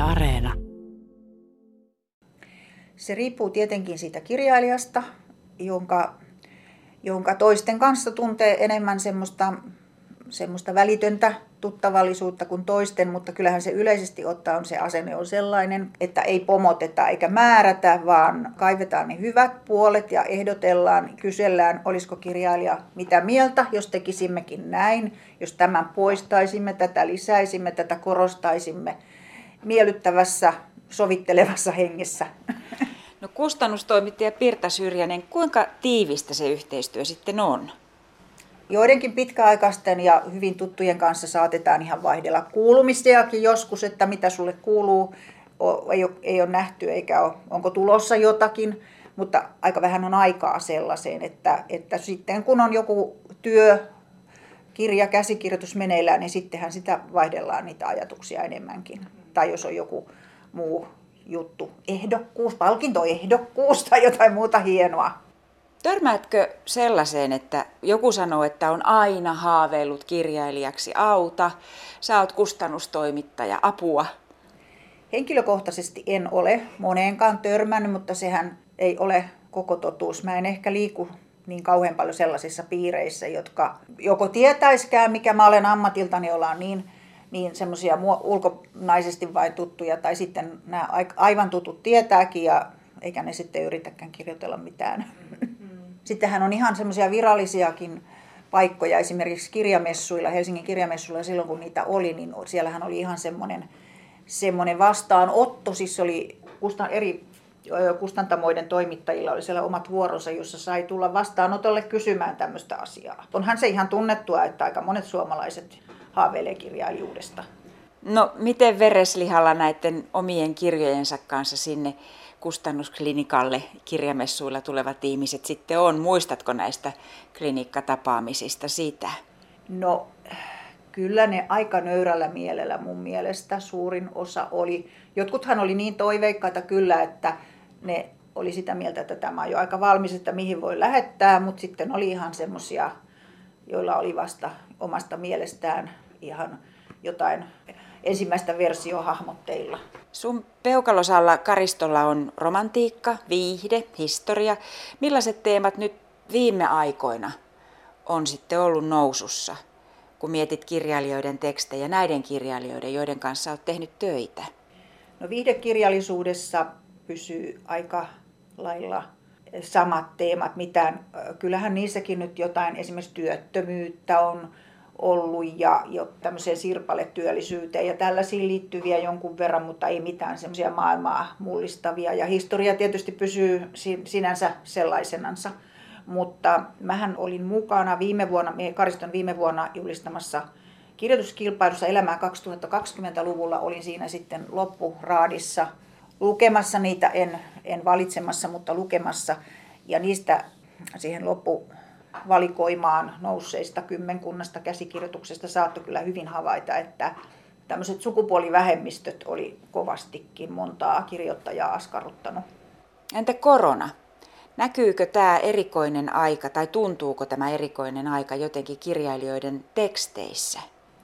Areena. Se riippuu tietenkin siitä kirjailijasta, jonka toisten kanssa tuntee enemmän semmoista välitöntä tuttavallisuutta kuin toisten, mutta kyllähän se yleisesti ottaen se asenne on sellainen, että ei pomoteta eikä määrätä, vaan kaivetaan ne hyvät puolet ja ehdotellaan, kysellään, olisiko kirjailija mitä mieltä, jos tekisimmekin näin, jos tämän poistaisimme, tätä lisäisimme, tätä korostaisimme miellyttävässä, sovittelevassa hengessä. No, kustannustoimittaja Pirta Syrjänen, kuinka tiivistä se yhteistyö sitten on? Joidenkin pitkäaikaisten ja hyvin tuttujen kanssa saatetaan ihan vaihdella kuulumistiakin joskus, että mitä sulle kuuluu, ei ole nähty eikä ole, onko tulossa jotakin, mutta aika vähän on aikaa sellaiseen, että sitten kun on joku työ, kirja, käsikirjoitus meneillään, niin sittenhän sitä vaihdellaan niitä ajatuksia enemmänkin. Tai jos on joku muu juttu, ehdokkuus, palkintoehdokkuus tai jotain muuta hienoa. Törmäätkö sellaiseen, että joku sanoo, että on aina haaveillut kirjailijaksi, auta, sä oot kustannustoimittaja, apua? Henkilökohtaisesti en ole moneenkaan törmännyt, mutta sehän ei ole koko totuus. Mä en ehkä liiku niin kauhean paljon sellaisissa piireissä, jotka joko tietäiskään, mikä mä olen ammatiltani, ollaan niin semmoisia ulkonaisesti vain tuttuja, tai sitten nämä aivan tutut tietääkin, eikä ne sitten yritäkään kirjoitella mitään. Sittenhän on ihan semmoisia virallisiakin paikkoja, esimerkiksi kirjamessuilla, Helsingin kirjamessuilla silloin kun niitä oli, niin siellähän oli ihan semmoinen vastaanotto, siis oli eri kustantamoiden toimittajilla oli siellä omat vuoronsa, jossa sai tulla vastaanotolle kysymään tämmöistä asiaa. Onhan se ihan tunnettua, että aika monet suomalaiset haaveilee kirjailijuudesta. No, miten vereslihalla näiden omien kirjojensa kanssa sinne kustannusklinikalle kirjamessuilla tulevat ihmiset sitten on? Muistatko näistä klinikkatapaamisista sitä? No, kyllä ne aika nöyrällä mielellä mun mielestä suurin osa oli. Jotkuthan oli niin toiveikkaita kyllä, että ne oli sitä mieltä, että tämä on jo aika valmis, että mihin voi lähettää, mutta sitten oli ihan semmoisia, joilla oli vasta omasta mielestään ihan jotain ensimmäistä versiohahmotteilla. Sun peukalosalla Karistolla on romantiikka, viihde, historia. Millaiset teemat nyt viime aikoina on sitten ollut nousussa, kun mietit kirjailijoiden tekstejä, näiden kirjailijoiden, joiden kanssa olet tehnyt töitä? No, viihdekirjallisuudessa pysyy aika lailla samat teemat. Kyllähän niissäkin nyt jotain, esimerkiksi työttömyyttä on ollut ja jo tämmöiseen sirpaletyöllisyyteen ja tällaisiin liittyviä jonkun verran, mutta ei mitään semmoisia maailmaa mullistavia. Ja historia tietysti pysyy sinänsä sellaisenansa. Mutta mähän olin mukana Kariston viime vuonna julistamassa kirjoituskilpailussa Elämää 2020-luvulla. Olin siinä sitten loppuraadissa lukemassa niitä, en valitsemassa, mutta lukemassa. Ja niistä siihen loppuvalikoimaan nousseista kymmenkunnasta käsikirjoituksesta saattoi kyllä hyvin havaita, että tämmöiset sukupuolivähemmistöt oli kovastikin montaa kirjoittajaa askarruttanut. Entä korona? Näkyykö tämä erikoinen aika tai tuntuuko tämä erikoinen aika jotenkin kirjailijoiden teksteissä?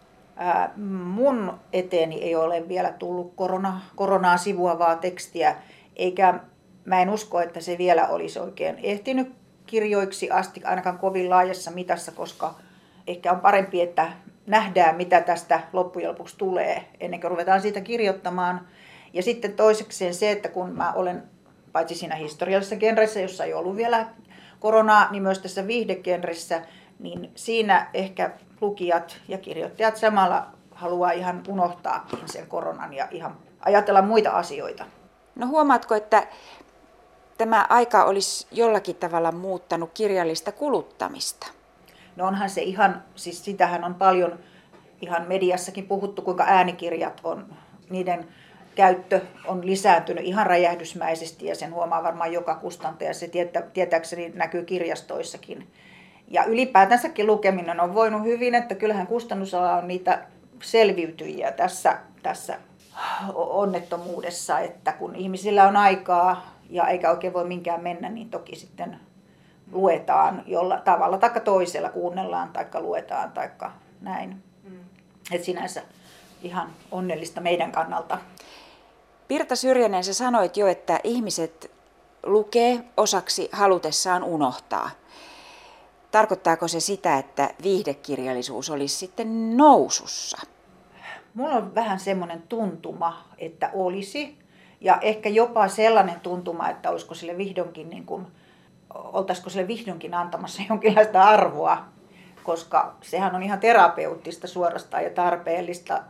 Mun eteeni ei ole vielä tullut koronaa sivuavaa tekstiä, eikä mä en usko, että se vielä olisi oikein ehtinyt kirjoiksi asti, ainakaan kovin laajassa mitassa, koska ehkä on parempi, että nähdään, mitä tästä loppujen lopuksi tulee, ennen kuin ruvetaan siitä kirjoittamaan. Ja sitten toisekseen se, että kun mä olen paitsi siinä historiallisessa genressä, jossa ei ollut vielä koronaa, niin myös tässä viihdegenressä, niin siinä ehkä lukijat ja kirjoittajat samalla haluaa ihan unohtaakin sen koronan ja ihan ajatella muita asioita. No, huomaatko, että tämä aika olisi jollakin tavalla muuttanut kirjallista kuluttamista? No, onhan se ihan, siis sitähän on paljon ihan mediassakin puhuttu, kuinka äänikirjat niiden käyttö on lisääntynyt ihan räjähdysmäisesti ja sen huomaa varmaan joka kustantaja. Se tietääkseni näkyy kirjastoissakin. Ja ylipäätänsäkin lukeminen on voinut hyvin, että kyllähän kustannusala on niitä selviytyjiä tässä onnettomuudessa, että kun ihmisillä on aikaa ja eikä oikein voi minkään mennä, niin toki sitten luetaan jolla tavalla tai toisella, kuunnellaan tai luetaan tai näin. Et sinänsä ihan onnellista meidän kannalta. Pirtta Syrjänen, sä sanoit jo, että ihmiset lukee osaksi halutessaan unohtaa. Tarkoittaako se sitä, että viihdekirjallisuus olisi sitten nousussa? Mulla on vähän semmoinen tuntuma, että olisi. Ja ehkä jopa sellainen tuntuma, että olisiko sille vihdoinkin, oltaisiko sille vihdoinkin antamassa jonkinlaista arvoa. Koska sehän on ihan terapeuttista suorastaan ja tarpeellista.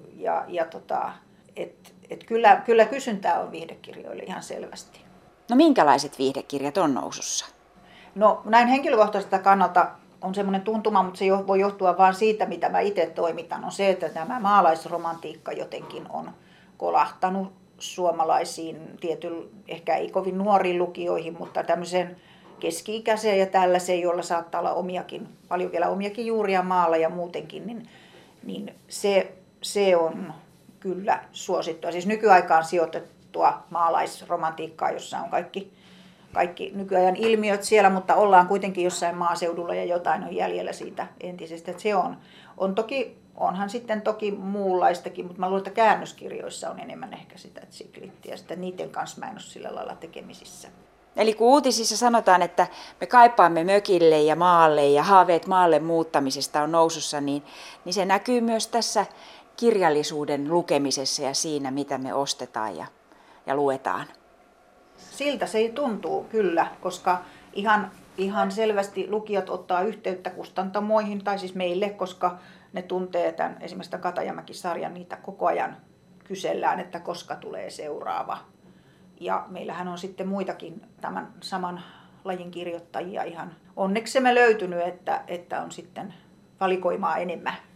Kyllä kysyntää on viihdekirjoille ihan selvästi. No minkälaiset viihdekirjat on nousussa? No näin henkilökohtaisesta kannalta on semmoinen tuntuma, mutta se voi johtua vain siitä, mitä mä itse toimitan, on se, että tämä maalaisromantiikka jotenkin on kolahtanut suomalaisiin, ehkä ei kovin nuoriin lukijoihin, mutta tämmöiseen keski-ikäiseen ja tällaiseen, jolla saattaa olla paljon vielä omiakin juuria maalla ja muutenkin, niin se on kyllä suosittua. Siis nykyaikaan sijoitettua maalaisromantiikkaa, jossa on kaikki nykyajan ilmiöt siellä, mutta ollaan kuitenkin jossain maaseudulla ja jotain on jäljellä siitä entisestä. Että se onhan sitten toki muunlaistakin, mutta mä luulen, että käännöskirjoissa on enemmän ehkä sitä tsiklittiä, ja niiden kanssa mä en ole sillä lailla tekemisissä. Eli kun uutisissa sanotaan, että me kaipaamme mökille ja maalle ja haaveet maalle muuttamisesta on nousussa, niin se näkyy myös tässä kirjallisuuden lukemisessa ja siinä, mitä me ostetaan ja luetaan. Siltä se tuntuu kyllä, koska ihan selvästi lukijat ottaa yhteyttä kustantamoihin, tai siis meille, koska ne tuntee tämän esimerkiksi tämän Katajamäki-sarjan, niitä koko ajan kysellään, että koska tulee seuraava. Ja meillähän on sitten muitakin tämän saman lajin kirjoittajia ihan onneksemme löytynyt, että on sitten valikoimaa enemmän.